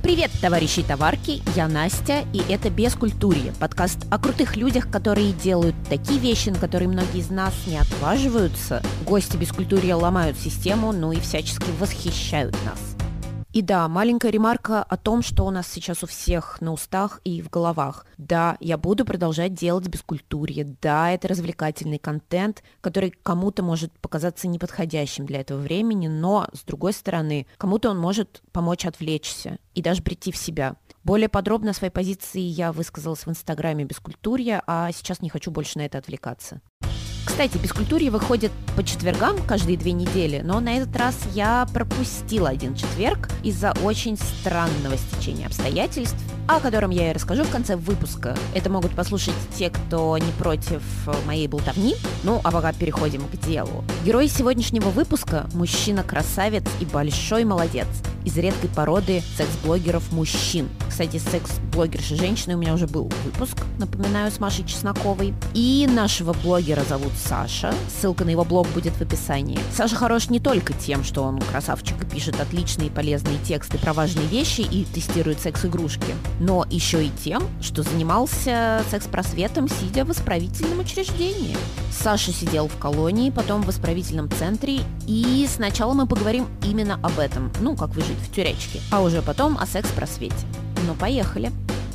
Привет, товарищи и товарки, я Настя, и это «Бескультурье», подкаст о крутых людях, которые делают такие вещи, на которые многие из нас не отваживаются. Гости «Бескультурья» ломают систему, ну и всячески восхищают нас. И да, маленькая ремарка о том, что у нас сейчас у всех на устах и в головах. Да, я буду продолжать делать бескультурье. Да, это развлекательный контент, который кому-то может показаться неподходящим для этого времени, но, с другой стороны, кому-то он может помочь отвлечься и даже прийти в себя. Более подробно о своей позиции я высказалась в инстаграме «Бескультурье», а сейчас не хочу больше на это отвлекаться. Кстати, «Бескультурье» выходит по четвергам каждые 2 недели, но на этот раз я пропустила один четверг из-за очень странного стечения обстоятельств, о котором я и расскажу в конце выпуска. Это могут послушать те, кто не против моей болтовни. Ну, а пока переходим к делу. Герой сегодняшнего выпуска – мужчина-красавец и большой молодец из редкой породы секс-блогеров-мужчин. Кстати, секс-блогерши женщины у меня уже был выпуск, напоминаю, с Машей Чесноковой. И нашего блогера зовут Саша. Ссылка на его блог будет в описании. Саша хорош не только тем, что он красавчик и пишет отличные полезные тексты про важные вещи и тестирует секс-игрушки, но еще и тем, что занимался секс-просветом, сидя в исправительном учреждении. Саша сидел в колонии, потом в исправительном центре, и сначала мы поговорим именно об этом, ну, как выжить в тюрячке, а уже потом о секс-просвете. Ну, поехали!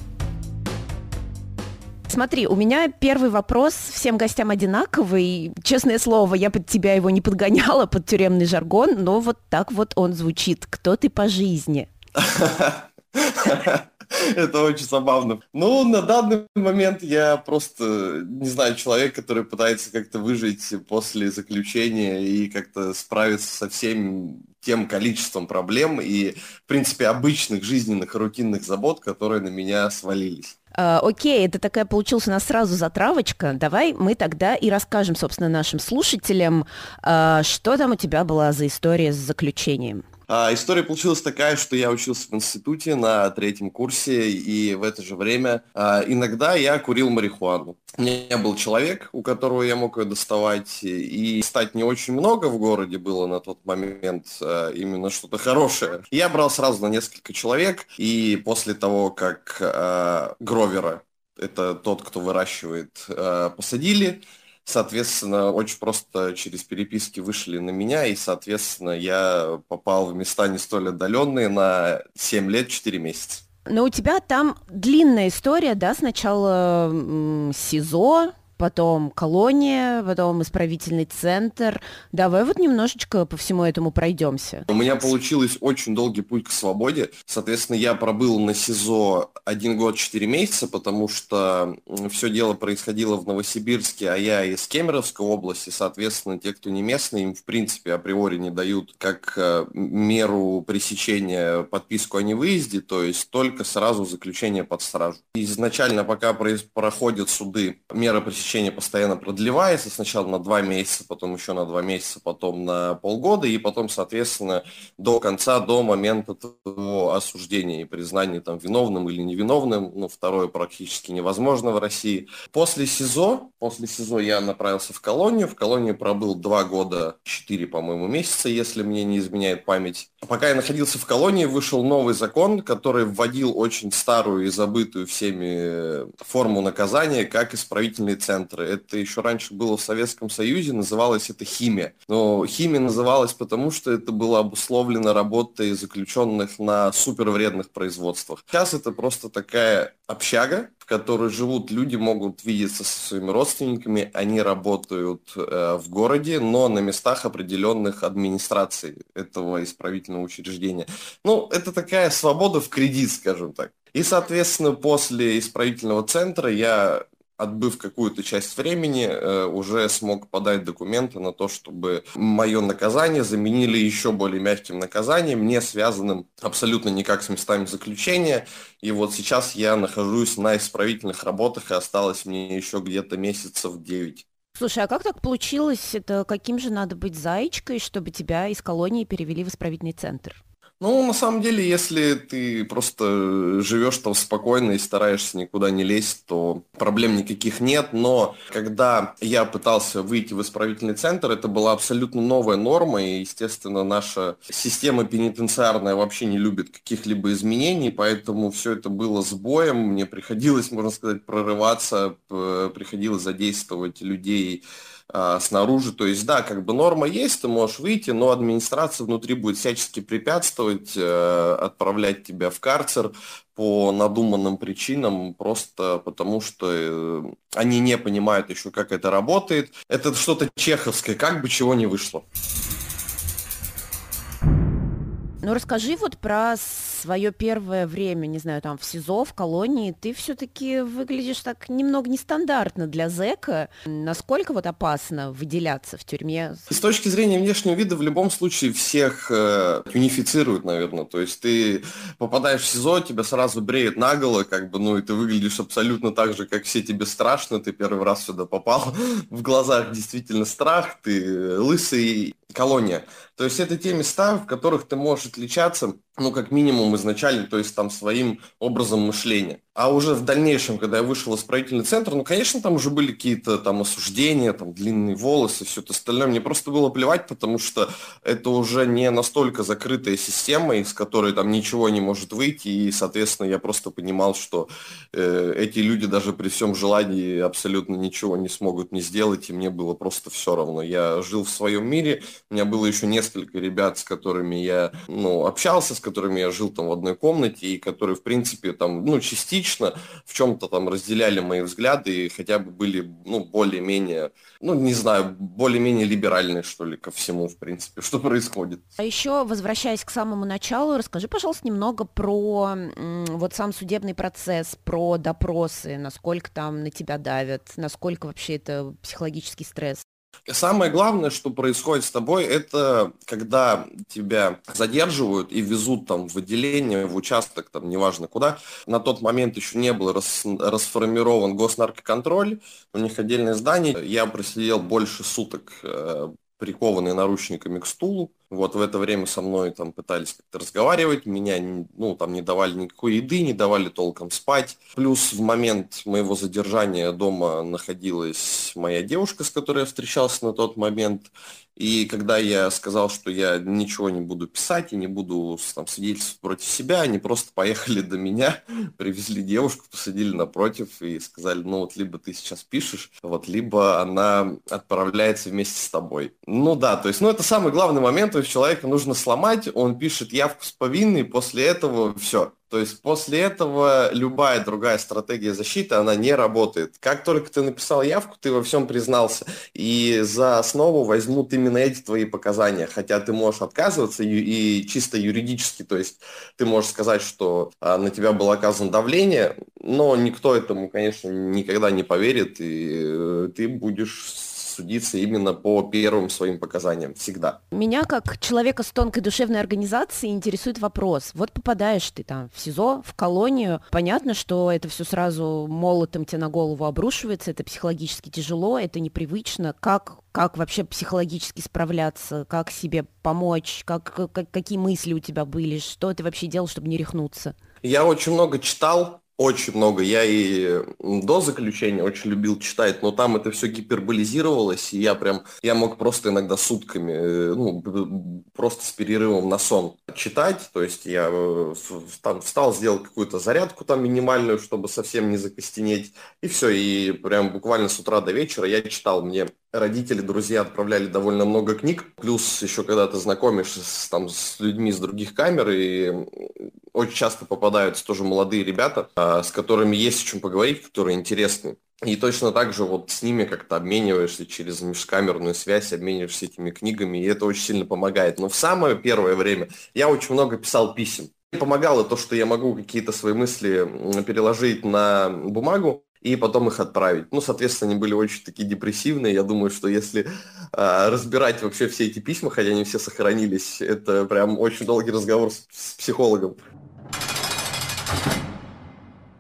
Смотри, у меня первый вопрос всем гостям одинаковый. Честное слово, я под тебя его не подгоняла, под тюремный жаргон, но вот так вот он звучит. Кто ты по жизни? Это очень забавно. Ну, на данный момент я просто, не знаю, человек, который пытается как-то выжить после заключения и как-то справиться со всем тем количеством проблем и, в принципе, обычных жизненных рутинных забот, которые на меня свалились. Окей, это такая получилась у нас сразу затравочка. Давай мы тогда и расскажем, собственно, нашим слушателям, что там у тебя была за история с заключением. История получилась такая, что я учился в институте на 3-м курсе, и в это же время иногда я курил марихуану. У меня был человек, у которого я мог ее доставать, и стать не очень много в городе было на тот момент, именно что-то хорошее. Я брал сразу на несколько человек, и после того, как Гровера, это тот, кто выращивает, посадили, соответственно, очень просто через переписки вышли на меня, и, соответственно, я попал в места не столь отдаленные на 7 лет 4 месяца. Но у тебя там длинная история, да? Сначала СИЗО, потом колония, потом исправительный центр. Давай вот немножечко по всему этому пройдемся. У меня получилось очень долгий путь к свободе. Соответственно, я пробыл на СИЗО 1 год 4 месяца, потому что все дело происходило в Новосибирске, а я из Кемеровской области. Соответственно, те, кто не местные, им в принципе априори не дают как меру пресечения подписку о невыезде, то есть только сразу заключение под стражу. Изначально, пока проходят суды, мера пресечения постоянно продлевается, сначала на 2 месяца, потом еще на 2 месяца, потом на полгода, и потом, соответственно, до конца, до момента твоего осуждения и признания там виновным или невиновным, ну, второе практически невозможно в России. После СИЗО я направился в колонию пробыл 2 года, 4, по-моему, месяца, если мне не изменяет память. Пока я находился в колонии, вышел новый закон, который вводил очень старую и забытую всеми форму наказания, как исправительный центр. Это еще раньше было в Советском Союзе, называлось это химия. Но химия называлась потому, что это было обусловлено работой заключенных на супервредных производствах. Сейчас это просто такая общага, в которой живут люди, могут видеться со своими родственниками, они работают в городе, но на местах определенных администраций этого исправительного учреждения. Ну, это такая свобода в кредит, скажем так. И, соответственно, после исправительного центра я, отбыв какую-то часть времени, уже смог подать документы на то, чтобы мое наказание заменили еще более мягким наказанием, не связанным абсолютно никак с местами заключения. И вот сейчас я нахожусь на исправительных работах, и осталось мне еще где-то месяцев 9. Слушай, а как так получилось? Это каким же надо быть заячкой, чтобы тебя из колонии перевели в исправительный центр? Ну, на самом деле, если ты просто живешь там спокойно и стараешься никуда не лезть, то проблем никаких нет. Но когда я пытался выйти в исправительный центр, это была абсолютно новая норма, и, естественно, наша система пенитенциарная вообще не любит каких-либо изменений, поэтому все это было сбоем. Мне приходилось, можно сказать, прорываться, приходилось задействовать людей снаружи. То есть, да, как бы норма есть, ты можешь выйти, но администрация внутри будет всячески препятствовать, отправлять тебя в карцер по надуманным причинам, просто потому что они не понимают еще, как это работает. Это что-то чеховское, как бы чего не вышло. Ну, расскажи вот про свое первое время, не знаю, там, в СИЗО, в колонии. Ты все-таки выглядишь так немного нестандартно для зэка. Насколько вот опасно выделяться в тюрьме? С точки зрения внешнего вида, в любом случае всех унифицируют, наверное. То есть ты попадаешь в СИЗО, тебя сразу бреют наголо, как бы, ну, и ты выглядишь абсолютно так же, как все, тебе страшно, ты первый раз сюда попал, в глазах действительно страх, ты лысый. Колония. То есть это те места, в которых ты можешь отличаться, ну, как минимум изначально, то есть там своим образом мышления. А уже в дальнейшем, когда я вышел в исправительный центр, ну, конечно, там уже были какие-то там осуждения, там длинные волосы, все это остальное. Мне просто было плевать, потому что это уже не настолько закрытая система, из которой там ничего не может выйти, и, соответственно, я просто понимал, что эти люди даже при всем желании абсолютно ничего не смогут мне сделать, и мне было просто все равно. Я жил в своем мире, у меня было еще несколько ребят, с которыми я, ну, общался, с которыми я жил там в одной комнате, и которые, в принципе, там, ну, частично в чем-то там разделяли мои взгляды и хотя бы были, ну, более-менее, ну, не знаю, более-менее либеральные, что ли, ко всему, в принципе, что происходит. А еще, возвращаясь к самому началу, расскажи, пожалуйста, немного про вот сам судебный процесс, про допросы, насколько там на тебя давят, насколько вообще это психологический стресс. Самое главное, что происходит с тобой, это когда тебя задерживают и везут там в отделение, в участок, там неважно куда. На тот момент еще не был расформирован госнаркоконтроль, у них отдельное здание. Я просидел больше суток прикованный наручниками к стулу. Вот в это время со мной там пытались как-то разговаривать, меня, ну, там не давали никакой еды, не давали толком спать. Плюс в момент моего задержания дома находилась моя девушка, с которой я встречался на тот момент. И когда я сказал, что я ничего не буду писать и не буду там свидетельствовать против себя, они просто поехали до меня, привезли девушку, посадили напротив и сказали, ну вот либо ты сейчас пишешь, вот, либо она отправляется вместе с тобой. Ну да, то есть, ну это самый главный момент, то есть человека нужно сломать, он пишет явку с повинной, после этого все. То есть после этого любая другая стратегия защиты, она не работает. Как только ты написал явку, ты во всем признался, и за основу возьмут именно эти твои показания. Хотя ты можешь отказываться и чисто юридически, то есть ты можешь сказать, что на тебя было оказано давление, но никто этому, конечно, никогда не поверит, и ты будешь судиться именно по первым своим показаниям, всегда. Меня, как человека с тонкой душевной организацией, интересует вопрос. Вот попадаешь ты там в СИЗО, в колонию, понятно, что это все сразу молотом тебе на голову обрушивается, это психологически тяжело, это непривычно. Как вообще психологически справляться, как себе помочь, какие мысли у тебя были, что ты вообще делал, чтобы не рехнуться? Я очень много читал, очень много. Я и до заключения очень любил читать, но там это все гиперболизировалось, и я мог просто иногда сутками, ну, просто с перерывом на сон читать. То есть я там встал, сделал какую-то зарядку там минимальную, чтобы совсем не закостенеть, и все. И прям буквально с утра до вечера я читал. Мне родители, друзья отправляли довольно много книг, плюс еще когда ты знакомишься с людьми с других камер, и очень часто попадаются тоже молодые ребята, с которыми есть о чем поговорить, которые интересны. И точно так же вот с ними как-то обмениваешься через межкамерную связь, обмениваешься этими книгами, и это очень сильно помогает. Но в самое первое время я очень много писал писем. Помогало то, что я могу какие-то свои мысли переложить на бумагу и потом их отправить. Ну, соответственно, они были очень такие депрессивные. Я думаю, что если разбирать вообще все эти письма, хотя они все сохранились, это прям очень долгий разговор с психологом.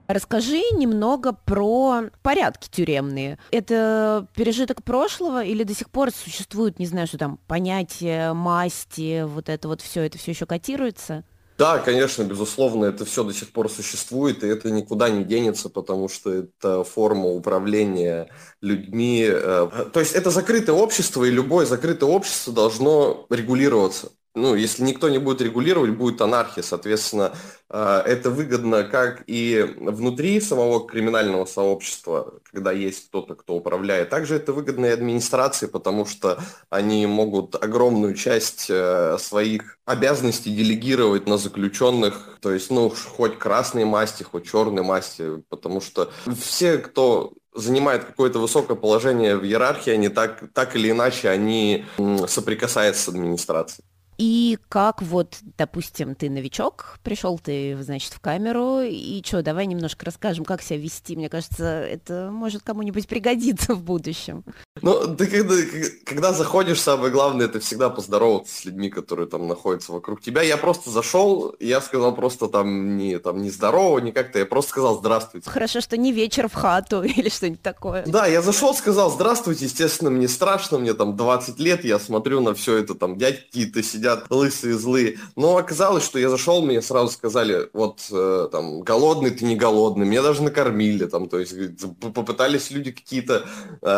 Расскажи немного про порядки тюремные. Это пережиток прошлого или до сих пор существует, не знаю, что там, понятие масти, вот это все еще котируется? Да, конечно, безусловно, это все до сих пор существует, и это никуда не денется, потому что это форма управления людьми. То есть это закрытое общество, и любое закрытое общество должно регулироваться. Ну, если никто не будет регулировать, будет анархия. Соответственно, это выгодно как и внутри самого криминального сообщества, когда есть кто-то, кто управляет. Также это выгодно и администрации, потому что они могут огромную часть своих обязанностей делегировать на заключенных. То есть, ну, хоть красной масти, хоть черной масти, потому что все, кто занимает какое-то высокое положение в иерархии, они так или иначе они соприкасаются с администрацией. И как вот, допустим, ты новичок, пришел ты, значит, в камеру, и что, давай немножко расскажем, как себя вести. Мне кажется, это может кому-нибудь пригодиться в будущем. Ну, ты когда заходишь, самое главное, это всегда поздороваться с людьми, которые там находятся вокруг тебя. Я просто зашел, я сказал просто не здорово, не как-то, я просто сказал здравствуйте. Хорошо, что не вечер в хату или что-нибудь такое. Да, я зашел, сказал здравствуйте, естественно, мне страшно, мне там 20 лет, я смотрю на все это, там дядьки какие-то сидят лысые, злые. Но оказалось, что я зашел, мне сразу сказали, вот там голодный ты не голодный, меня даже накормили, там, то есть попытались люди какие-то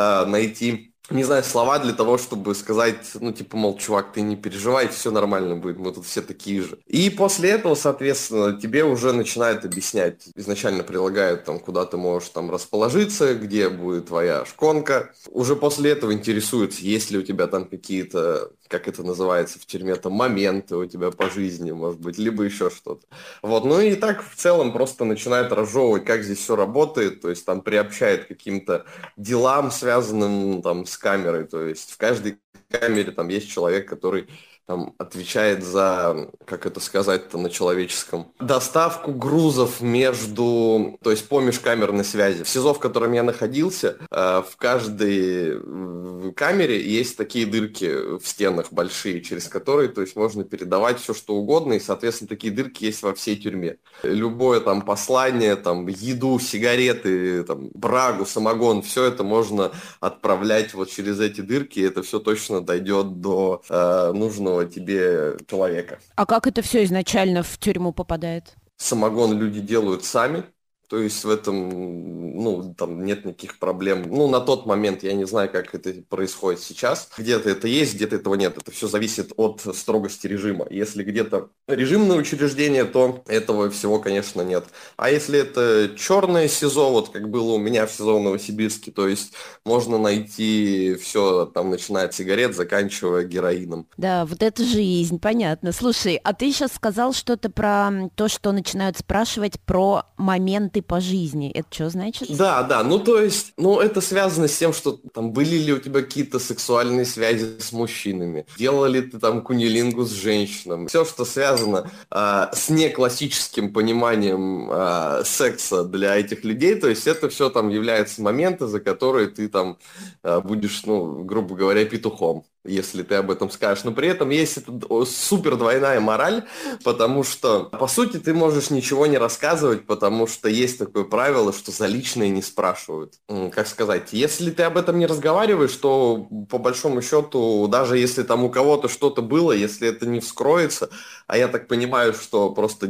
найти, не знаю, слова для того, чтобы сказать, ну, типа, мол, чувак, ты не переживай, все нормально будет, мы тут все такие же. И после этого, соответственно, тебе уже начинают объяснять, изначально прилагают, там, куда ты можешь там расположиться, где будет твоя шконка. Уже после этого интересуется, есть ли у тебя там какие-то, как это называется в тюрьме, там, моменты у тебя по жизни, может быть, либо еще что-то. Вот, ну и так в целом просто начинает разжевывать, как здесь все работает, то есть там приобщает к каким-то делам, связанным там с камерой, то есть в каждой камере там есть человек, который там отвечает за, как это сказать-то на человеческом, доставку грузов между, то есть по межкамерной связи. В СИЗО, в котором я находился, в каждой камере есть такие дырки в стенах большие, через которые, то есть можно передавать все, что угодно, и, соответственно, такие дырки есть во всей тюрьме. Любое там послание, там еду, сигареты, там брагу, самогон, все это можно отправлять вот через эти дырки, и это все точно дойдет до нужного тебе человека. А как это все изначально в тюрьму попадает? Самогон люди делают сами, то есть в этом, ну, там нет никаких проблем. Ну, на тот момент я не знаю, как это происходит сейчас. Где-то это есть, где-то этого нет. Это все зависит от строгости режима. Если где-то режимное учреждение, то этого всего, конечно, нет. А если это черное СИЗО, вот как было у меня в СИЗО в Новосибирске, то есть можно найти все, там, начиная от сигарет, заканчивая героином. Да, вот это жизнь, понятно. Слушай, а ты сейчас сказал что-то про то, что начинают спрашивать про моменты по жизни. Это что значит? Да, ну то есть, ну это связано с тем, что там были ли у тебя какие-то сексуальные связи с мужчинами, делал ли ты там кунилингу с женщинами. Все, что связано с неклассическим пониманием секса для этих людей, то есть это все там является моменты, за которые ты там будешь, ну, грубо говоря, петухом, если ты об этом скажешь. Но при этом есть эта супер двойная мораль, потому что, по сути, ты можешь ничего не рассказывать, потому что есть такое правило, что за личное не спрашивают. Как сказать, если ты об этом не разговариваешь, то, по большому счету, даже если там у кого-то что-то было, если это не вскроется, а я так понимаю, что просто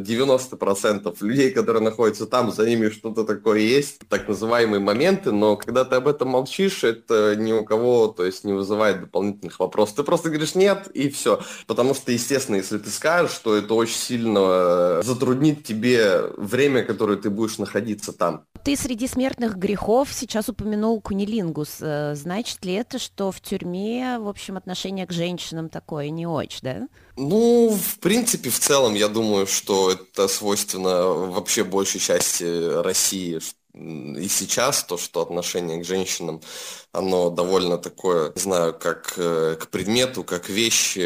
90% людей, которые находятся там, за ними что-то такое есть, так называемые моменты, но когда ты об этом молчишь, это ни у кого, то есть не вызывает дополнительных вопросов. Ты просто говоришь нет, и все. Потому что, естественно, если ты скажешь, то это очень сильно затруднит тебе время, которое ты будешь находиться там. Ты среди смертных грехов сейчас упомянул кунилингус. Значит ли это, что в тюрьме, в общем, отношение к женщинам такое не очень, да? Ну, в принципе, в целом, я думаю, что это свойственно вообще большей части России. И сейчас то, что отношение к женщинам оно довольно такое, не знаю, как к предмету, как к вещи,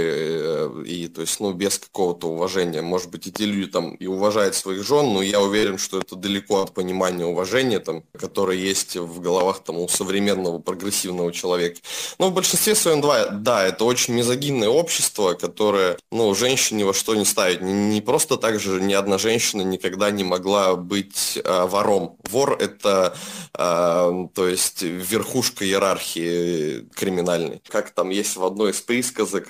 и то есть, без какого-то уважения. Может быть, эти люди там и уважают своих жен, но я уверен, что это далеко от понимания уважения, там, которое есть в головах там у современного прогрессивного человека. Но в большинстве своем, да, это очень мизогинное общество, которое, женщин ни во что не ставит. Не просто так же ни одна женщина никогда не могла быть вором. Вор – это, то есть, верхушка иерархии криминальной. Как там есть в одной из присказок,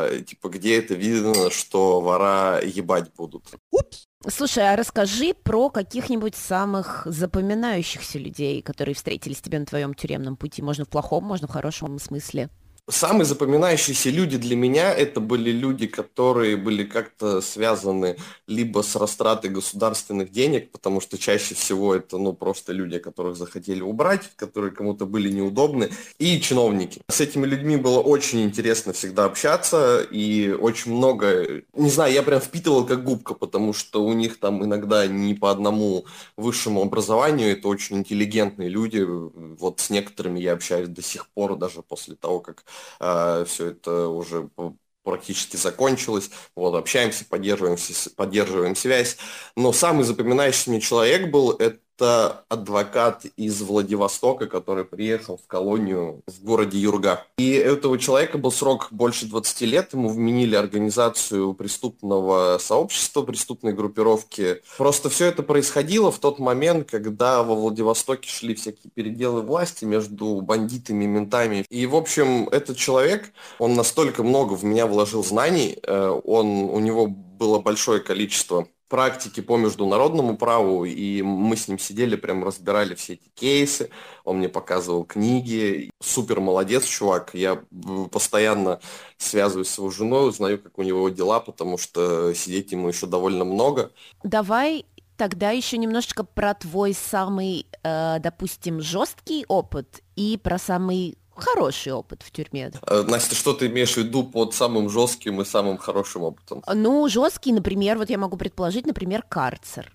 где это видно, что вора ебать будут. Слушай, а расскажи про каких-нибудь самых запоминающихся людей, которые встретились тебе на твоем тюремном пути. Можно в плохом, можно в хорошем смысле. Самые запоминающиеся люди для меня это были люди, которые были как-то связаны либо с растратой государственных денег, потому что чаще всего это просто люди, которых захотели убрать, которые кому-то были неудобны, и чиновники. С этими людьми было очень интересно всегда общаться, и очень много, не знаю, я прям впитывал как губка, потому что у них там иногда не по одному высшему образованию, это очень интеллигентные люди, вот с некоторыми я общаюсь до сих пор, даже после того, как все это уже практически закончилось. Вот, общаемся, поддерживаем связь. Но самый запоминающийся мне человек был это адвокат из Владивостока, который приехал в колонию в городе Юрга. И этого человека был срок больше 20 лет. Ему вменили организацию преступного сообщества, преступной группировки. Просто все это происходило в тот момент, когда во Владивостоке шли всякие переделы власти между бандитами и ментами. И, в общем, этот человек, он настолько много в меня вложил знаний, у него было большое количество практики по международному праву, и мы с ним сидели, прям разбирали все эти кейсы, он мне показывал книги, супер молодец чувак, я постоянно связываюсь с его женой, узнаю, как у него дела, потому что сидеть ему еще довольно много. Давай тогда еще немножечко про твой самый, допустим, жесткий опыт и про самый хороший опыт в тюрьме. Настя, что ты имеешь в виду под самым жестким и самым хорошим опытом? Жесткий, например, вот я могу предположить, например, карцер.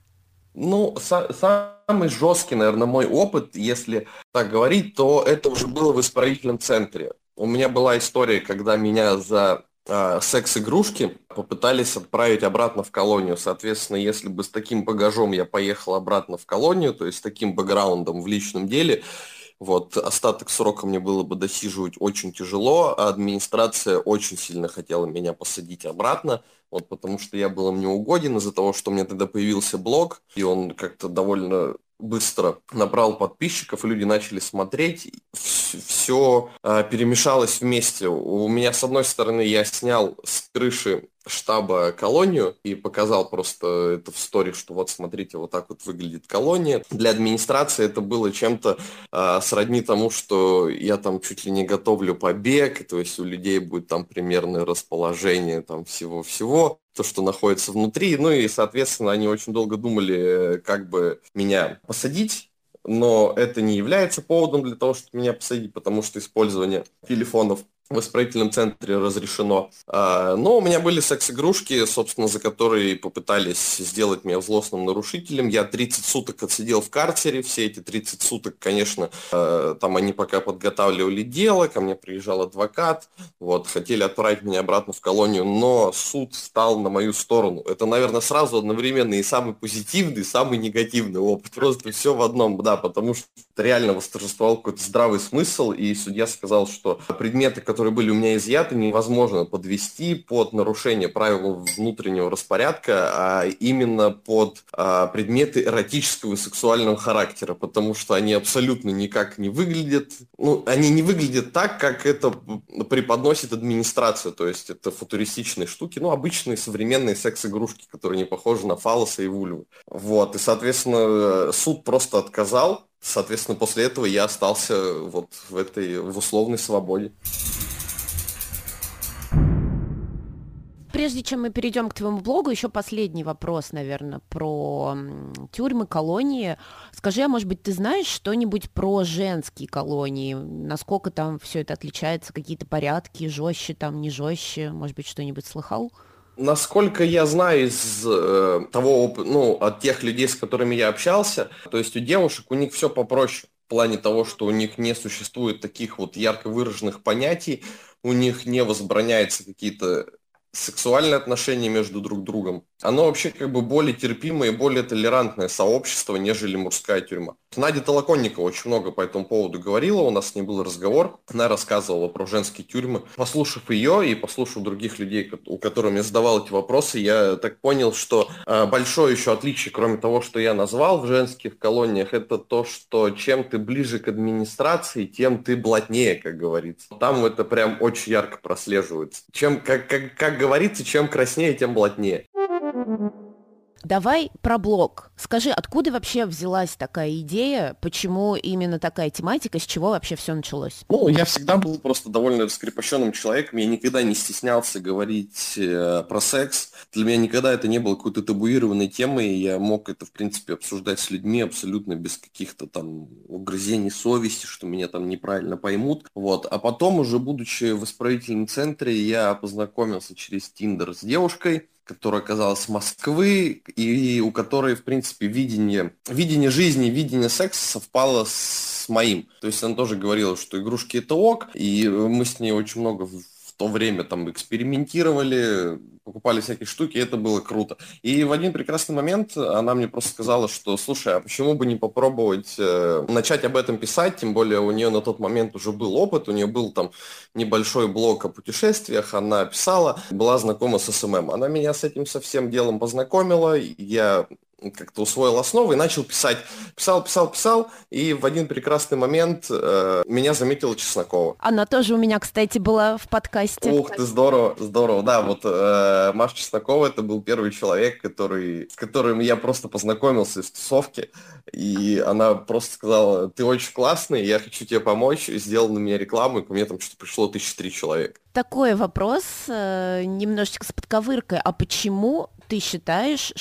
Самый жесткий, наверное, мой опыт, если так говорить, то это уже было в исправительном центре. У меня была история, когда меня за секс-игрушки попытались отправить обратно в колонию. Соответственно, если бы с таким багажом я поехал обратно в колонию, то есть с таким бэкграундом в личном деле, вот, остаток срока мне было бы досиживать очень тяжело, а администрация очень сильно хотела меня посадить обратно, вот, потому что я был им неугоден из-за того, что у меня тогда появился блог, и он как-то довольно быстро набрал подписчиков, люди начали смотреть, все перемешалось вместе. У меня, с одной стороны, я снял с крыши штаба колонию и показал просто это в сторис, что вот смотрите, вот так вот выглядит колония. Для администрации это было чем-то сродни тому, что я там чуть ли не готовлю побег, то есть у людей будет там примерное расположение там всего-всего, то, что находится внутри. И, соответственно, они очень долго думали, как бы меня посадить, но это не является поводом для того, чтобы меня посадить, потому что использование телефонов в исправительном центре разрешено. Но у меня были секс-игрушки, собственно, за которые попытались сделать меня злостным нарушителем. Я 30 суток отсидел в карцере. Все эти 30 суток, конечно, там они пока подготавливали дело, ко мне приезжал адвокат, вот, хотели отправить меня обратно в колонию, но суд стал на мою сторону. Это, наверное, сразу одновременно и самый позитивный, и самый негативный опыт. Просто все в одном, да, потому что реально восторжествовал какой-то здравый смысл, и судья сказал, что предметы, которые были у меня изъяты, невозможно подвести под нарушение правил внутреннего распорядка, а именно под предметы эротического и сексуального характера, потому что они абсолютно никак не выглядят, они не выглядят так, как это преподносит администрация, то есть это футуристичные штуки, обычные современные секс-игрушки, которые не похожи на фаллосы и вульвы. Вот, и, соответственно, суд просто отказал. Соответственно, после этого я остался вот в условной свободе. Прежде чем мы перейдем к твоему блогу, еще последний вопрос, наверное, про тюрьмы, колонии. Скажи, а может быть, ты знаешь что-нибудь про женские колонии? Насколько там все это отличается? Какие-то порядки, жестче там, не жестче? Может быть, что-нибудь слыхал? Насколько я знаю из того, от тех людей, с которыми я общался, то есть у девушек у них все попроще. плане того, что у них не существует таких вот ярко выраженных понятий, у них не возбраняются какие-то сексуальные отношения между друг другом. Оно вообще как бы более терпимое и более толерантное сообщество, нежели мужская тюрьма. Надя Толоконникова очень много по этому поводу говорила, у нас с ней был разговор, она рассказывала про женские тюрьмы. Послушав ее и послушав других людей, у которых я задавал эти вопросы, я так понял, что большое еще отличие, кроме того, что я назвал в женских колониях, это то, что чем ты ближе к администрации, тем ты блатнее, как говорится. Там это прям очень ярко прослеживается. Чем, как говорится, чем краснее, тем блатнее. Давай про блог. Скажи, откуда вообще взялась такая идея, почему именно такая тематика, с чего вообще все началось? Ну, я всегда был просто довольно раскрепощенным человеком, я никогда не стеснялся говорить про секс. Для меня никогда это не было какой-то табуированной темой, и я мог это, в принципе, обсуждать с людьми абсолютно без каких-то там угрызений совести, что меня там неправильно поймут. Вот. А потом, уже будучи в исправительном центре, я познакомился через Тиндер с девушкой, которая оказалась с Москвы, и у которой, в принципе, видение жизни, видение секса совпало с моим. То есть она тоже говорила, что игрушки это ок, и мы с ней очень много в то время там экспериментировали, покупали всякие штуки, и это было круто. И в один прекрасный момент она мне просто сказала, что, слушай, а почему бы не попробовать начать об этом писать, тем более у нее на тот момент уже был опыт, у нее был там небольшой блог о путешествиях, она писала, была знакома с СММ. Она меня с этим со всем делом познакомила, я как-то усвоил основы и начал писать. Писал, и в один прекрасный момент меня заметила Чеснокова. Она тоже у меня, кстати, была в подкасте. Ух ты, здорово. Да, вот Маша Чеснокова, это был первый человек, с которым я просто познакомился из тусовки, и она просто сказала: ты очень классный, я хочу тебе помочь, сделал на меня рекламу, и ко мне там что-то пришло 1003 человек. Такой вопрос, немножечко с подковыркой. А почему ты считаешь,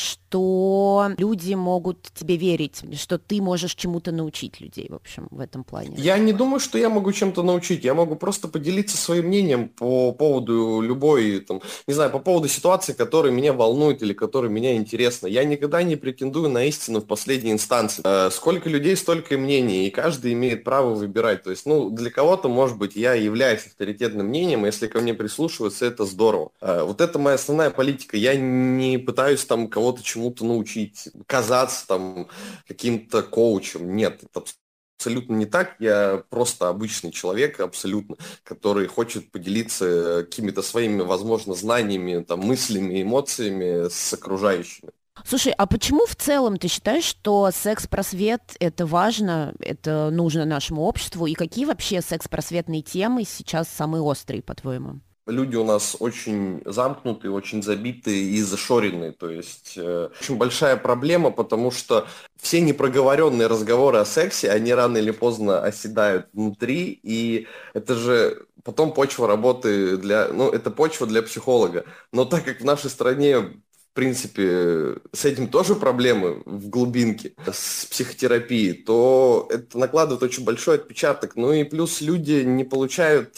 что люди могут тебе верить, что ты можешь чему-то научить людей, в общем, в этом плане? Я не думаю, что я могу чем-то научить. Я могу просто поделиться своим мнением по поводу любой, там, не знаю, по поводу ситуации, которая меня волнует или которая меня интересна. Я никогда не претендую на истину в последней инстанции. Сколько людей, столько и мнений, и каждый имеет право выбирать. То есть, для кого-то, может быть, я являюсь авторитетным мнением, если ко мне прислушиваются, это здорово. Вот это моя основная политика. Я не пытаюсь там кого-то чему-то научить, казаться там каким-то коучем. Нет, это абсолютно не так. Я просто обычный человек, абсолютно, который хочет поделиться какими-то своими, возможно, знаниями, там, мыслями, эмоциями с окружающими. Слушай, а почему в целом ты считаешь, что секс-просвет – это важно, это нужно нашему обществу? И какие вообще секс-просветные темы сейчас самые острые, по-твоему? Люди у нас очень замкнутые, очень забитые и зашоренные. То есть очень большая проблема, потому что все непроговоренные разговоры о сексе, они рано или поздно оседают внутри, и это же потом почва работы это почва для психолога. Но так как в нашей стране, в принципе, с этим тоже проблемы в глубинке, с психотерапией, то это накладывает очень большой отпечаток. Ну и плюс люди не получают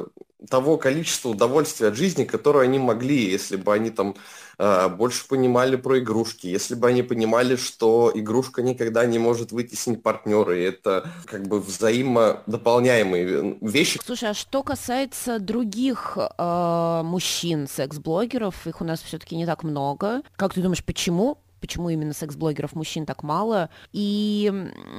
того количества удовольствия от жизни, которое они могли, если бы они там больше понимали про игрушки, если бы они понимали, что игрушка никогда не может вытеснить партнера, и это как бы взаимодополняемые вещи. Слушай, а что касается других мужчин, секс-блогеров, их у нас все-таки не так много. Как ты думаешь, почему? Почему именно секс-блогеров мужчин так мало? И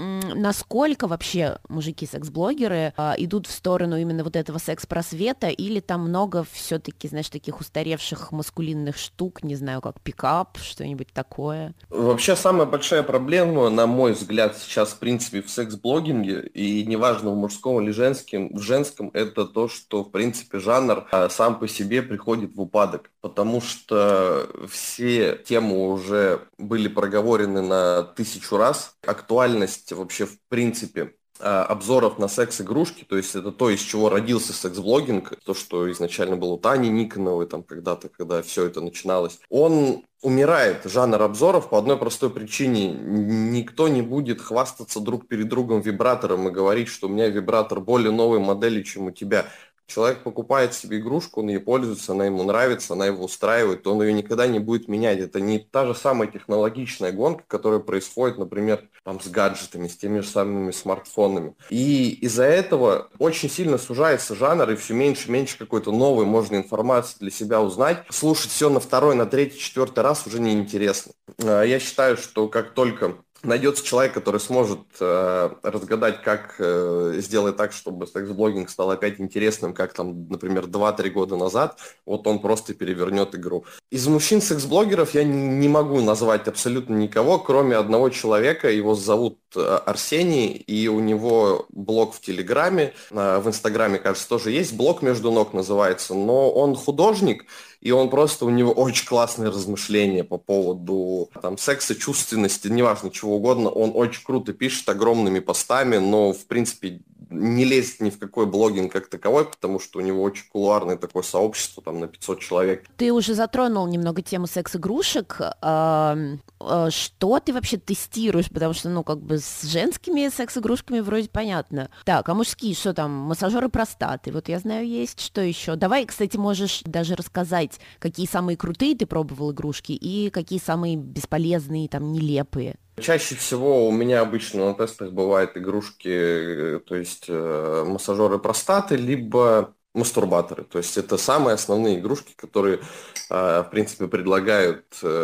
насколько вообще мужики-секс-блогеры идут в сторону именно вот этого секс-просвета, или там много все-таки, знаешь, таких устаревших маскулинных штук, не знаю, как пикап, что-нибудь такое? Вообще самая большая проблема, на мой взгляд, сейчас, в принципе, в секс-блогинге, и неважно, в мужском или в женском, это то, что, в принципе, жанр сам по себе приходит в упадок, потому что все темы уже были проговорены на 1000 раз. Актуальность вообще в принципе обзоров на секс-игрушки, то есть это то, из чего родился секс-блогинг, то, что изначально было у Тани Никоновой, там когда-то, когда все это начиналось, он умирает, жанр обзоров, по одной простой причине. Никто не будет хвастаться друг перед другом вибратором и говорить, что у меня вибратор более новой модели, чем у тебя. Человек покупает себе игрушку, он ей пользуется, она ему нравится, она его устраивает, он ее никогда не будет менять. Это не та же самая технологичная гонка, которая происходит, например, там, с гаджетами, с теми же самыми смартфонами. И из-за этого очень сильно сужается жанр, и все меньше и меньше какой-то новой можно информации для себя узнать. Слушать все на второй, на третий, четвертый раз уже неинтересно. Я считаю, что как только найдется человек, который сможет разгадать, как сделать так, чтобы секс-блогинг стал опять интересным, как там, например, 2-3 года назад, вот он просто перевернет игру. Из мужчин секс-блогеров я не могу назвать абсолютно никого, кроме одного человека, его зовут Арсений, и у него блог в Телеграме, в Инстаграме, кажется, тоже есть, блог «Между ног» называется, но он художник, и он просто, у него очень классные размышления по поводу там, секса, чувственности, неважно, чего угодно. Он очень круто пишет огромными постами, но, в принципе, не лезет ни в какой блогинг как таковой, потому что у него очень кулуарное такое сообщество, там, на 500 человек. Ты уже затронул немного тему секс-игрушек. Что ты вообще тестируешь? Потому что, ну, как бы с женскими секс-игрушками вроде понятно. Так, а мужские, что там? Массажеры простаты. Вот я знаю, есть. Что еще? Давай, кстати, можешь даже рассказать, какие самые крутые ты пробовал игрушки и какие самые бесполезные, там, нелепые. Чаще всего у меня обычно на тестах бывают игрушки, то есть массажеры простаты, либо мастурбаторы. То есть это самые основные игрушки, которые, в принципе, предлагают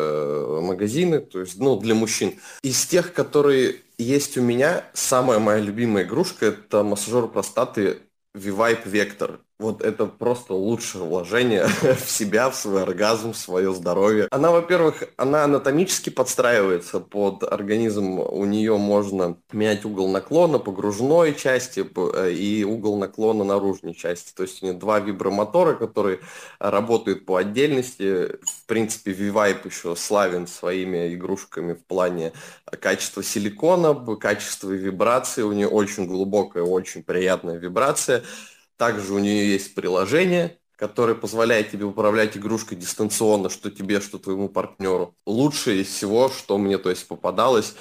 магазины, то есть, ну, для мужчин. Из тех, которые есть у меня, самая моя любимая игрушка – это массажер простаты V-Vibe Vector. Вот это просто лучшее вложение в себя, в свой оргазм, в свое здоровье. Она, во-первых, она анатомически подстраивается под организм. У нее можно менять угол наклона погружной части и угол наклона наружной части. То есть у нее два вибромотора, которые работают по отдельности. В принципе, V-Vibe еще славен своими игрушками в плане качества силикона, качества вибрации. У нее очень глубокая, очень приятная вибрация. Также у нее есть приложение, которое позволяет тебе управлять игрушкой дистанционно, что тебе, что твоему партнеру. Лучшее из всего, что мне, то есть, попадалось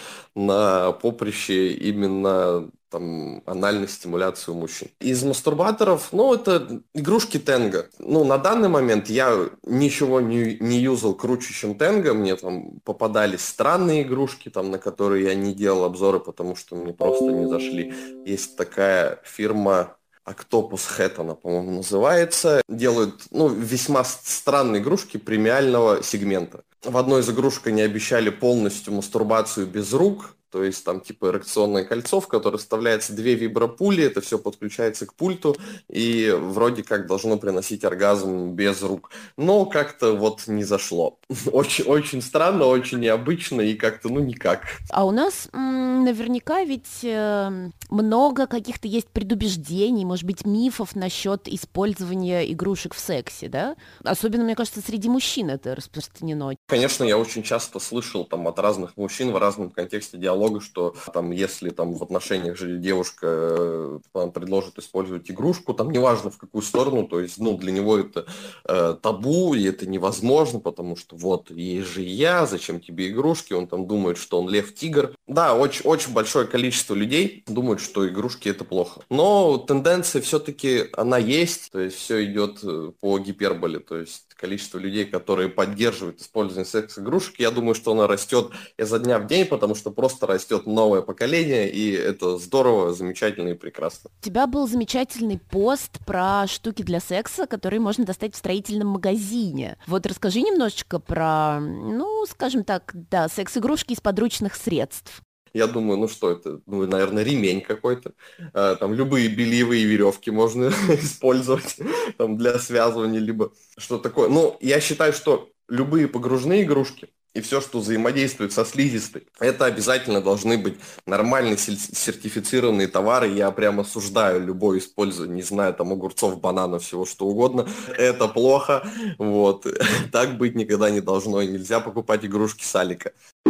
на поприще именно там анальной стимуляции у мужчин. Из мастурбаторов, ну, это игрушки Тенга. Ну, на данный момент я ничего не юзал круче, чем Тенга. Мне там попадались странные игрушки, там, на которые я не делал обзоры, потому что мне просто не зашли. Есть такая фирма Octopus Hat, она, по-моему, называется. Делают, ну, весьма странные игрушки премиального сегмента. В одной из игрушек они обещали полностью мастурбацию без рук, то есть там типа эрекционное кольцо, в которое вставляется две вибропули, это все подключается к пульту и вроде как должно приносить оргазм без рук. Но как-то вот не зашло. Очень, очень странно, очень необычно и как-то, ну, никак. А у нас наверняка ведь много каких-то есть предубеждений, может быть, мифов насчет использования игрушек в сексе, да? Особенно, мне кажется, среди мужчин это распространено. Конечно, я очень часто слышал там от разных мужчин в разном контексте диалога, что там если там в отношениях же девушка предложит использовать игрушку, там неважно в какую сторону, то есть, ну, для него это табу, и это невозможно, потому что вот, есть же я, зачем тебе игрушки, он там думает, что он лев-тигр. Да, очень, очень большое количество людей думают, что игрушки это плохо. Но тенденция все-таки, она есть, то есть все идет по гиперболе, то есть количество людей, которые поддерживают использование секс-игрушек, я думаю, что оно растет изо дня в день, потому что просто растет новое поколение, и это здорово, замечательно и прекрасно. У тебя был замечательный пост про штуки для секса, которые можно достать в строительном магазине. Вот расскажи немножечко про, ну, скажем так, да, секс-игрушки из подручных средств. Я думаю, ну что это, ну, наверное, ремень какой-то. Там любые бельевые веревки можно использовать там, для связывания, либо что такое. Ну, я считаю, что любые погружные игрушки и все, что взаимодействует со слизистой, это обязательно должны быть нормальные сертифицированные товары. Я прям осуждаю любое использование, не знаю, там огурцов, бананов, всего что угодно. Это плохо. Вот. Так быть никогда не должно. И нельзя покупать игрушки с Алика.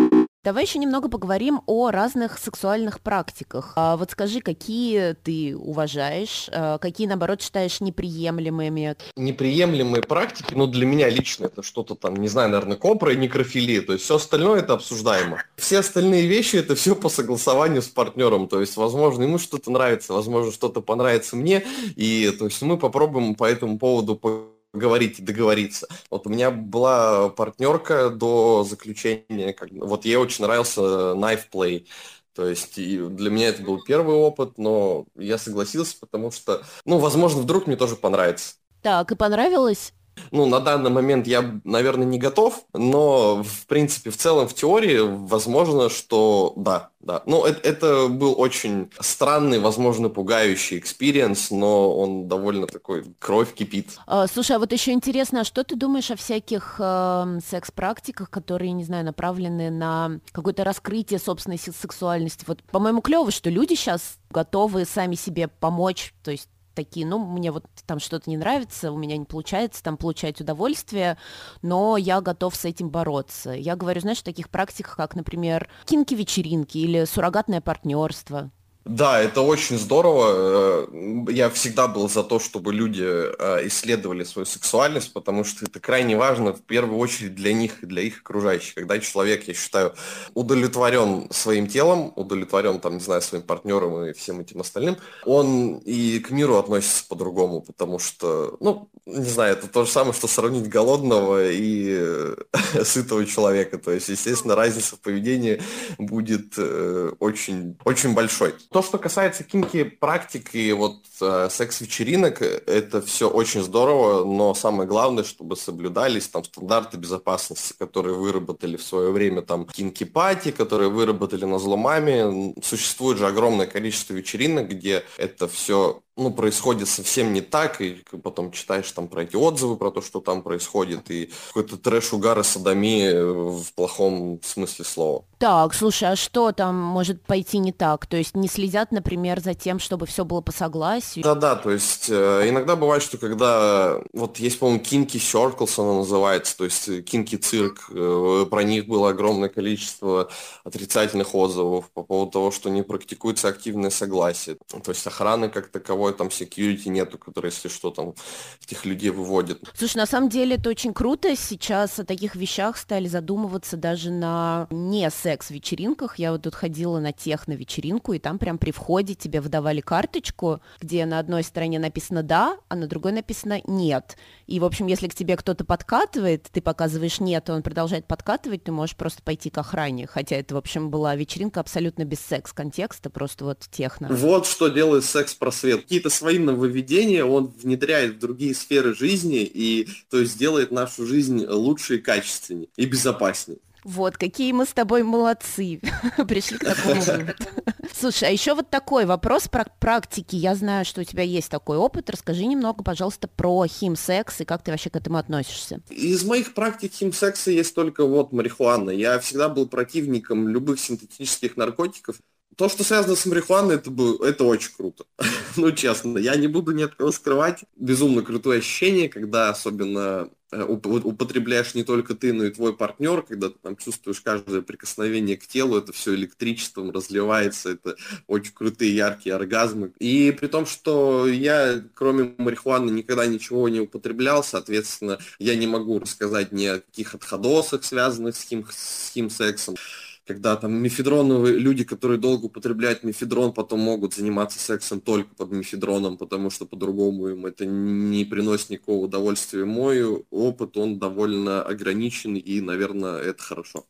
Давай еще немного поговорим о разных сексуальных практиках. Вот скажи, какие ты уважаешь, какие, наоборот, считаешь неприемлемыми? Неприемлемые практики, ну, для меня лично это что-то там, не знаю, наверное, копра и некрофилия, то есть все остальное это обсуждаемо. Все остальные вещи это все по согласованию с партнером, то есть, возможно, ему что-то нравится, возможно, что-то понравится мне, и, то есть, мы попробуем по этому поводу поговорить и договориться. Вот у меня была партнерка до заключения, вот ей очень нравился knife play. То есть и для меня это был первый опыт, но я согласился, потому что, ну, возможно, вдруг мне тоже понравится. Так, и понравилось? Ну, на данный момент я, наверное, не готов, но, в принципе, в целом, в теории, возможно, что да, да. Ну, это был очень странный, возможно, пугающий экспириенс, но он довольно такой, кровь кипит. Слушай, а вот еще интересно, а что ты думаешь о всяких секс-практиках, которые, не знаю, направлены на какое-то раскрытие собственной сексуальности? Вот, по-моему, клево, что люди сейчас готовы сами себе помочь, то есть такие, ну, мне вот там что-то не нравится, у меня не получается там получать удовольствие, но я готов с этим бороться. Я говорю, знаешь, о таких практиках, как, например, кинки-вечеринки или суррогатное партнерство. Да, это очень здорово. Я всегда был за то, чтобы люди исследовали свою сексуальность, потому что это крайне важно в первую очередь для них и для их окружающих. Когда человек, я считаю, удовлетворен своим телом, удовлетворен, там, не знаю, своим партнером и всем этим остальным, он и к миру относится по-другому, потому что, ну, не знаю, это то же самое, что сравнить голодного и сытого человека. То есть, естественно, разница в поведении будет очень, очень большой. То, что касается кинки-практик и вот секс-вечеринок, это все очень здорово, но самое главное, чтобы соблюдались там стандарты безопасности, которые выработали в свое время там кинки-пати, которые выработали назло маме. Существует же огромное количество вечеринок, где это все происходит совсем не так, и потом читаешь там про эти отзывы, про то, что там происходит, и какой-то трэш, угар и содомия в плохом смысле слова. Так, слушай, а что там может пойти не так? То есть не следят, например, за тем, чтобы все было по согласию? Да-да, то есть иногда бывает, что когда, вот есть, по-моему, Kinky Circles она называется, то есть Kinky цирк, про них было огромное количество отрицательных отзывов по поводу того, что не практикуется активное согласие. То есть охраны как таковой, там, security нету, который, если что, там, этих людей выводит. Слушай, на самом деле это очень круто. Сейчас о таких вещах стали задумываться даже на не секс-вечеринках. Я вот тут ходила на техно-вечеринку, и там прям при входе тебе выдавали карточку, где на одной стороне написано «да», а на другой написано «нет». И, в общем, если к тебе кто-то подкатывает, ты показываешь «нет», и он продолжает подкатывать, ты можешь просто пойти к охране. Хотя это, в общем, была вечеринка абсолютно без секс-контекста, просто вот техно. Вот что делает секс-просвет. Какие-то свои нововведения он внедряет в другие сферы жизни и, то есть, делает нашу жизнь лучше и качественнее, и безопаснее. Вот, какие мы с тобой молодцы. Пришли к такому выводу. Слушай, а еще вот такой вопрос про практики. Я знаю, что у тебя есть такой опыт. Расскажи немного, пожалуйста, про химсекс и как ты вообще к этому относишься. Из моих практик химсекса есть только вот марихуана. Я всегда был противником любых синтетических наркотиков. То, что связано с марихуаной, это очень круто. Ну, честно, я не буду ни от кого скрывать. Безумно крутое ощущение, когда особенно употребляешь не только ты, но и твой партнер, когда ты там чувствуешь каждое прикосновение к телу, это все электричеством разливается, это очень крутые, яркие оргазмы. И при том, что я, кроме марихуаны, никогда ничего не употреблял, соответственно, я не могу рассказать ни о каких отходосах, связанных с химсексом. Когда там мефедроновые люди, которые долго употребляют мефедрон, потом могут заниматься сексом только под мефедроном, потому что по-другому им это не приносит никакого удовольствия. Мой опыт, он довольно ограничен, и, наверное, это хорошо.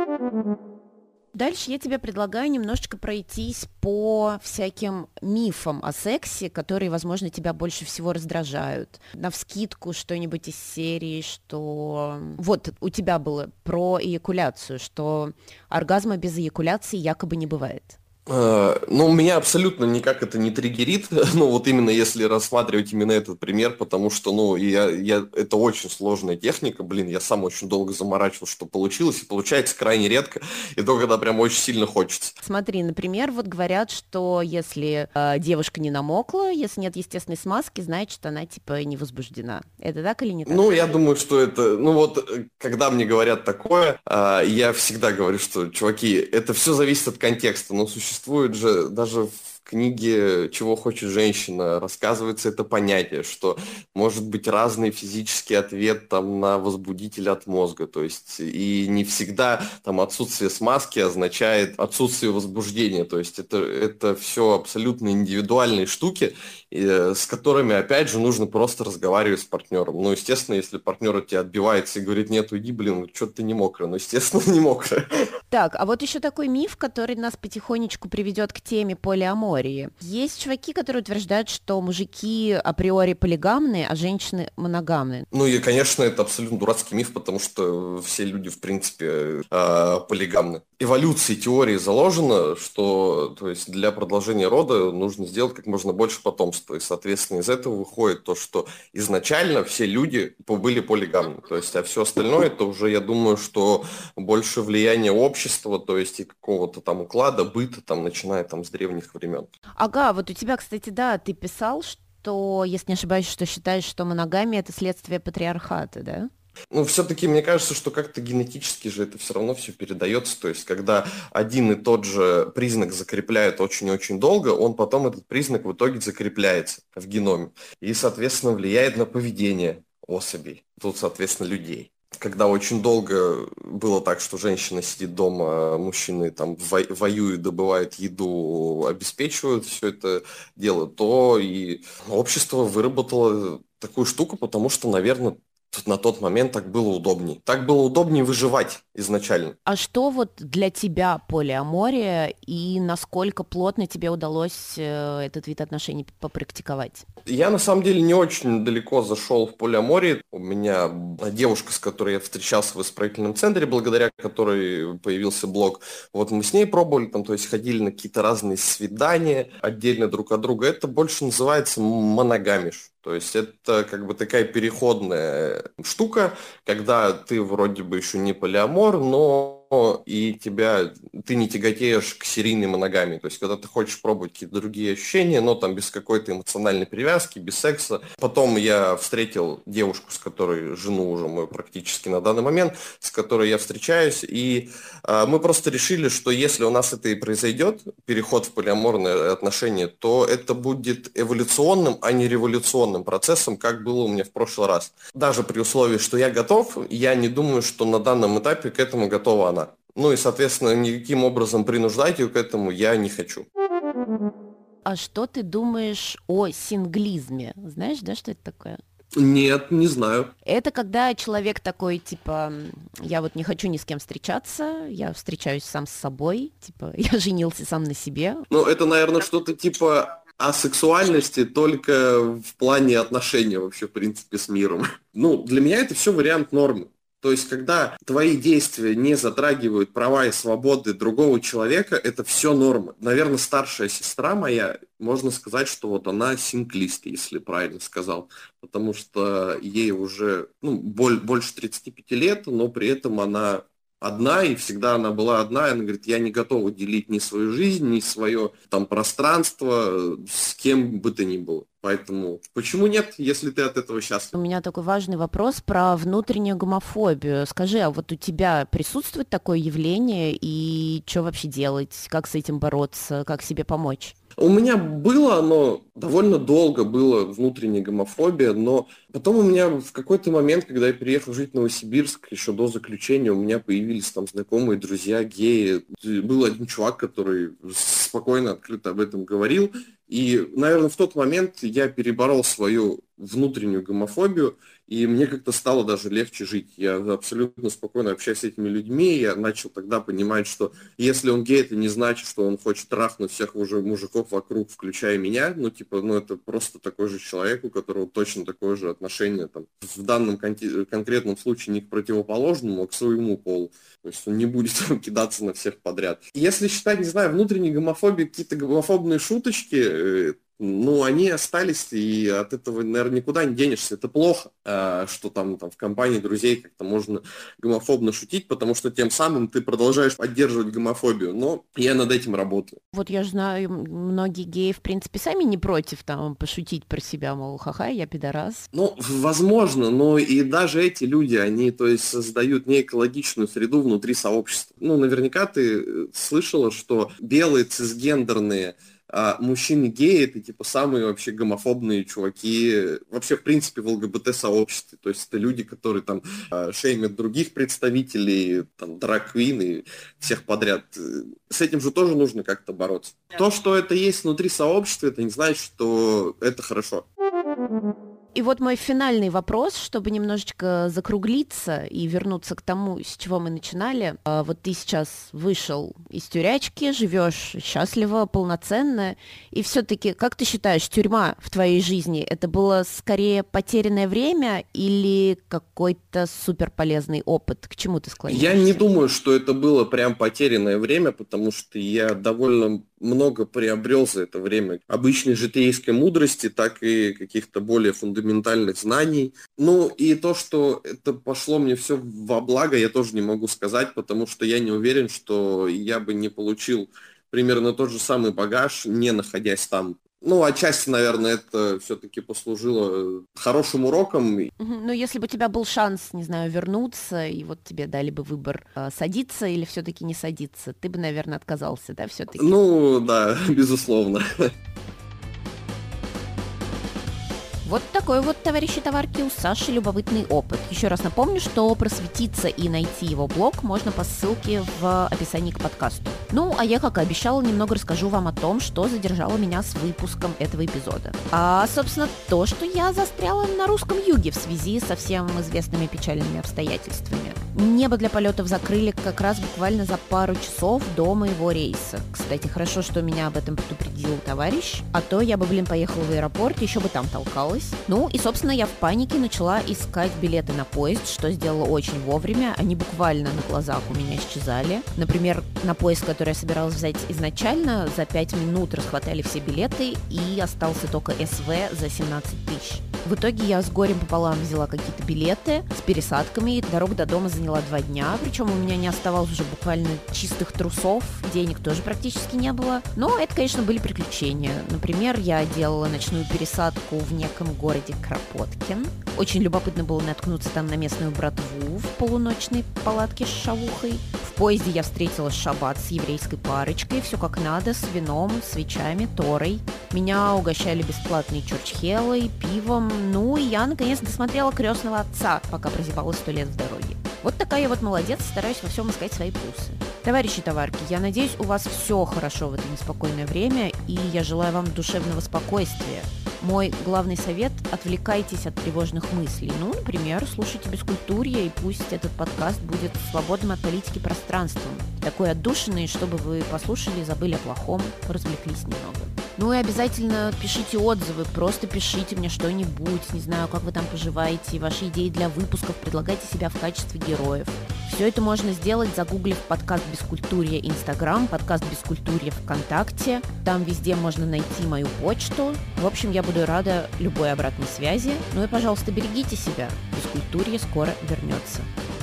Дальше я тебе предлагаю немножечко пройтись по всяким мифам о сексе, которые, возможно, тебя больше всего раздражают. Навскидку что-нибудь из серии, что... Вот у тебя было про эякуляцию, что оргазма без эякуляции якобы не бывает. Ну, меня абсолютно никак это не триггерит, ну, вот именно если рассматривать именно этот пример, потому что, ну, это очень сложная техника, блин, я сам очень долго заморачивал, что получилось, и получается крайне редко, и то, когда прям очень сильно хочется. Смотри, например, вот говорят, что если девушка не намокла, если нет естественной смазки, значит, она типа не возбуждена. Это так или не так? Ну, я думаю, что это, ну вот, когда мне говорят такое, я всегда говорю, что, чуваки, это все зависит от контекста, но существует же даже в книге «Чего хочет женщина» рассказывается это понятие, что может быть разный физический ответ там на возбудитель от мозга, то есть и не всегда там отсутствие смазки означает отсутствие возбуждения, то есть это все абсолютно индивидуальные штуки, с которыми, опять же, нужно просто разговаривать с партнером. Ну, естественно, если партнер от тебя отбивается и говорит, нет, уйди, блин, что-то ты не мокрая. Ну, естественно, не мокрая. Так, а вот еще такой миф, который нас потихонечку приведет к теме полиамории. Есть чуваки, которые утверждают, что мужики априори полигамные, а женщины моногамные. Ну и, конечно, это абсолютно дурацкий миф, потому что все люди, в принципе, полигамны. Эволюции теории заложено, что, то есть, для продолжения рода нужно сделать как можно больше потомства. И, соответственно, из этого выходит то, что изначально все люди были полигамны. То есть, а все остальное, это уже, я думаю, что больше влияние общества, то есть, и какого-то там уклада, быта, там, начиная там с древних времен. Ага, вот у тебя, кстати, да, ты писал, что, если не ошибаюсь, что считаешь, что моногамия – это следствие патриархата, да? Ну, все-таки мне кажется, что как-то генетически же это все равно все передается. То есть, когда один и тот же признак закрепляют очень-очень долго, он потом, этот признак, в итоге закрепляется в геноме. И, соответственно, влияет на поведение особей. Тут, соответственно, людей. Когда очень долго было так, что женщина сидит дома, мужчины там воюют, добывают еду, обеспечивают все это дело, то и общество выработало такую штуку, потому что, наверное, на тот момент так было удобнее. Так было удобнее выживать изначально. А что вот для тебя полиамория и насколько плотно тебе удалось этот вид отношений попрактиковать? Я на самом деле не очень далеко зашел в полиамории. У меня девушка, с которой я встречался в исправительном центре, благодаря которой появился блог. Вот мы с ней пробовали, там, то есть ходили на какие-то разные свидания отдельно друг от друга. Это больше называется моногамиш. То есть это как бы такая переходная штука, когда ты вроде бы еще не полиамор, но и ты не тяготеешь к серийной моногамии. То есть, когда ты хочешь пробовать какие-то другие ощущения, но там без какой-то эмоциональной привязки, без секса. Потом я встретил девушку, с которой, жену уже мою практически на данный момент, с которой я встречаюсь, и мы просто решили, что если у нас это и произойдет, переход в полиаморные отношения, то это будет эволюционным, а не революционным процессом, как было у меня в прошлый раз. Даже при условии, что я готов, я не думаю, что на данном этапе к этому готова она. Ну и, соответственно, никаким образом принуждать ее к этому я не хочу. А что ты думаешь о синглизме? Знаешь, да, что это такое? Нет, не знаю. Это когда человек такой, типа, я вот не хочу ни с кем встречаться, я встречаюсь сам с собой, типа, я женился сам на себе. Ну, это, наверное, что-то типа о сексуальности только в плане отношения вообще, в принципе, с миром. Ну, для меня это все вариант нормы. То есть, когда твои действия не затрагивают права и свободы другого человека, это все норма. Наверное, старшая сестра моя, можно сказать, что вот она синклист, если правильно сказал. Потому что ей уже больше 35 лет, но при этом она одна, и всегда она была одна, и она говорит, я не готова делить ни свою жизнь, ни свое там пространство с кем бы то ни было. Поэтому почему нет, если ты от этого счастлив? У меня такой важный вопрос про внутреннюю гомофобию. Скажи, а вот у тебя присутствует такое явление, и что вообще делать, как с этим бороться, как себе помочь? У меня было оно, довольно долго было внутренняя гомофобия, но потом у меня в какой-то момент, когда я переехал жить в Новосибирск, еще до заключения, у меня появились там знакомые, друзья, геи. Был один чувак, который спокойно, открыто об этом говорил. И, наверное, в тот момент я переборол свою внутреннюю гомофобию И мне как-то стало даже легче жить. Я абсолютно спокойно общаюсь с этими людьми. Я начал тогда понимать, что если он гей, это не значит, что он хочет трахнуть всех уже мужиков вокруг, включая меня. Это просто такой же человек, у которого точно такое же отношение там, в данном конкретном случае не к противоположному, а к своему полу. То есть он не будет кидаться на всех подряд. Если считать, не знаю, внутренней гомофобией, какие-то гомофобные шуточки, они остались, и от этого, наверное, никуда не денешься. Это плохо, что там в компании друзей как-то можно гомофобно шутить, потому что тем самым ты продолжаешь поддерживать гомофобию. Но я над этим работаю. Вот я же знаю, многие геи, в принципе, сами не против там пошутить про себя, мол, ха-ха, я пидорас. Возможно, но и даже эти люди, они, то есть, создают неэкологичную среду внутри сообщества. Наверняка ты слышала, что белые цисгендерные мужчины-геи — это типа самые вообще гомофобные чуваки вообще, в принципе, в ЛГБТ-сообществе. То есть это люди, которые там шеймят других представителей, там, драг-квин и всех подряд. С этим же тоже нужно как-то бороться. То, что это есть внутри сообщества, это не значит, что это хорошо. И вот мой финальный вопрос, чтобы немножечко закруглиться и вернуться к тому, с чего мы начинали. Вот ты сейчас вышел из тюрячки, живешь счастливо, полноценно, и все-таки, как ты считаешь, тюрьма в твоей жизни, это было скорее потерянное время или какой-то суперполезный опыт? К чему ты склоняешься? Я не думаю, что это было прям потерянное время, потому что я довольно много приобрел за это время обычной житейской мудрости, так и каких-то более фундаментальных знаний. И то, что это пошло мне все во благо, я тоже не могу сказать, потому что я не уверен, что я бы не получил примерно тот же самый багаж, не находясь там. Отчасти, наверное, это все-таки послужило хорошим уроком. Если бы у тебя был шанс, не знаю, вернуться, и вот тебе дали бы выбор, садиться или все-таки не садиться, ты бы, наверное, отказался, да, все-таки? Да, безусловно. Вот такой вот, товарищи товарки, у Саши любопытный опыт. Еще раз напомню, что просветиться и найти его блог можно по ссылке в описании к подкасту. А я, как и обещала, немного расскажу вам о том, что задержало меня с выпуском этого эпизода. Собственно, то, что я застряла на русском юге в связи со всем известными печальными обстоятельствами. Небо для полетов закрыли как раз буквально за пару часов до моего рейса. Кстати, хорошо, что меня об этом предупредил товарищ, а то я бы, поехала в аэропорт, еще бы там толкалась. И, собственно, я в панике начала искать билеты на поезд, что сделала очень вовремя. Они буквально на глазах у меня исчезали. Например, на поезд, который я собиралась взять изначально, за 5 минут расхватали все билеты, и остался только СВ за 17 тысяч. В итоге я с горем пополам взяла какие-то билеты с пересадками, дорога до дома заняла 2 дня, причем у меня не оставалось уже буквально чистых трусов, денег тоже практически не было. Но это, конечно, были приключения. Например, я делала ночную пересадку в неком городе Кропоткин. Очень любопытно было наткнуться там на местную братву в полуночной палатке с шавухой. В поезде я встретила шаббат с еврейской парочкой, все как надо, с вином, свечами, торой. Меня угощали бесплатной чурчхелой, пивом, и я наконец досмотрела «Крестного отца», пока прозябала 100 лет в дороге. Вот такая я вот молодец, стараюсь во всем искать свои плюсы. Товарищи товарки, я надеюсь, у вас все хорошо в это неспокойное время, и я желаю вам душевного спокойствия. Мой главный совет – отвлекайтесь от тревожных мыслей. Например, слушайте «Бескультурье», и пусть этот подкаст будет свободным от политики пространством. Такой отдушенный, чтобы вы послушали, забыли о плохом, развлеклись немного. И обязательно пишите отзывы, просто пишите мне что-нибудь, не знаю, как вы там поживаете, ваши идеи для выпусков, предлагайте себя в качестве героев. Все это можно сделать, загуглив подкаст «Бескультурье» Инстаграм, подкаст «Бескультурье» ВКонтакте. Там везде можно найти мою почту. В общем, я буду рада любой обратной связи. И, пожалуйста, берегите себя. Бескультурье скоро вернется.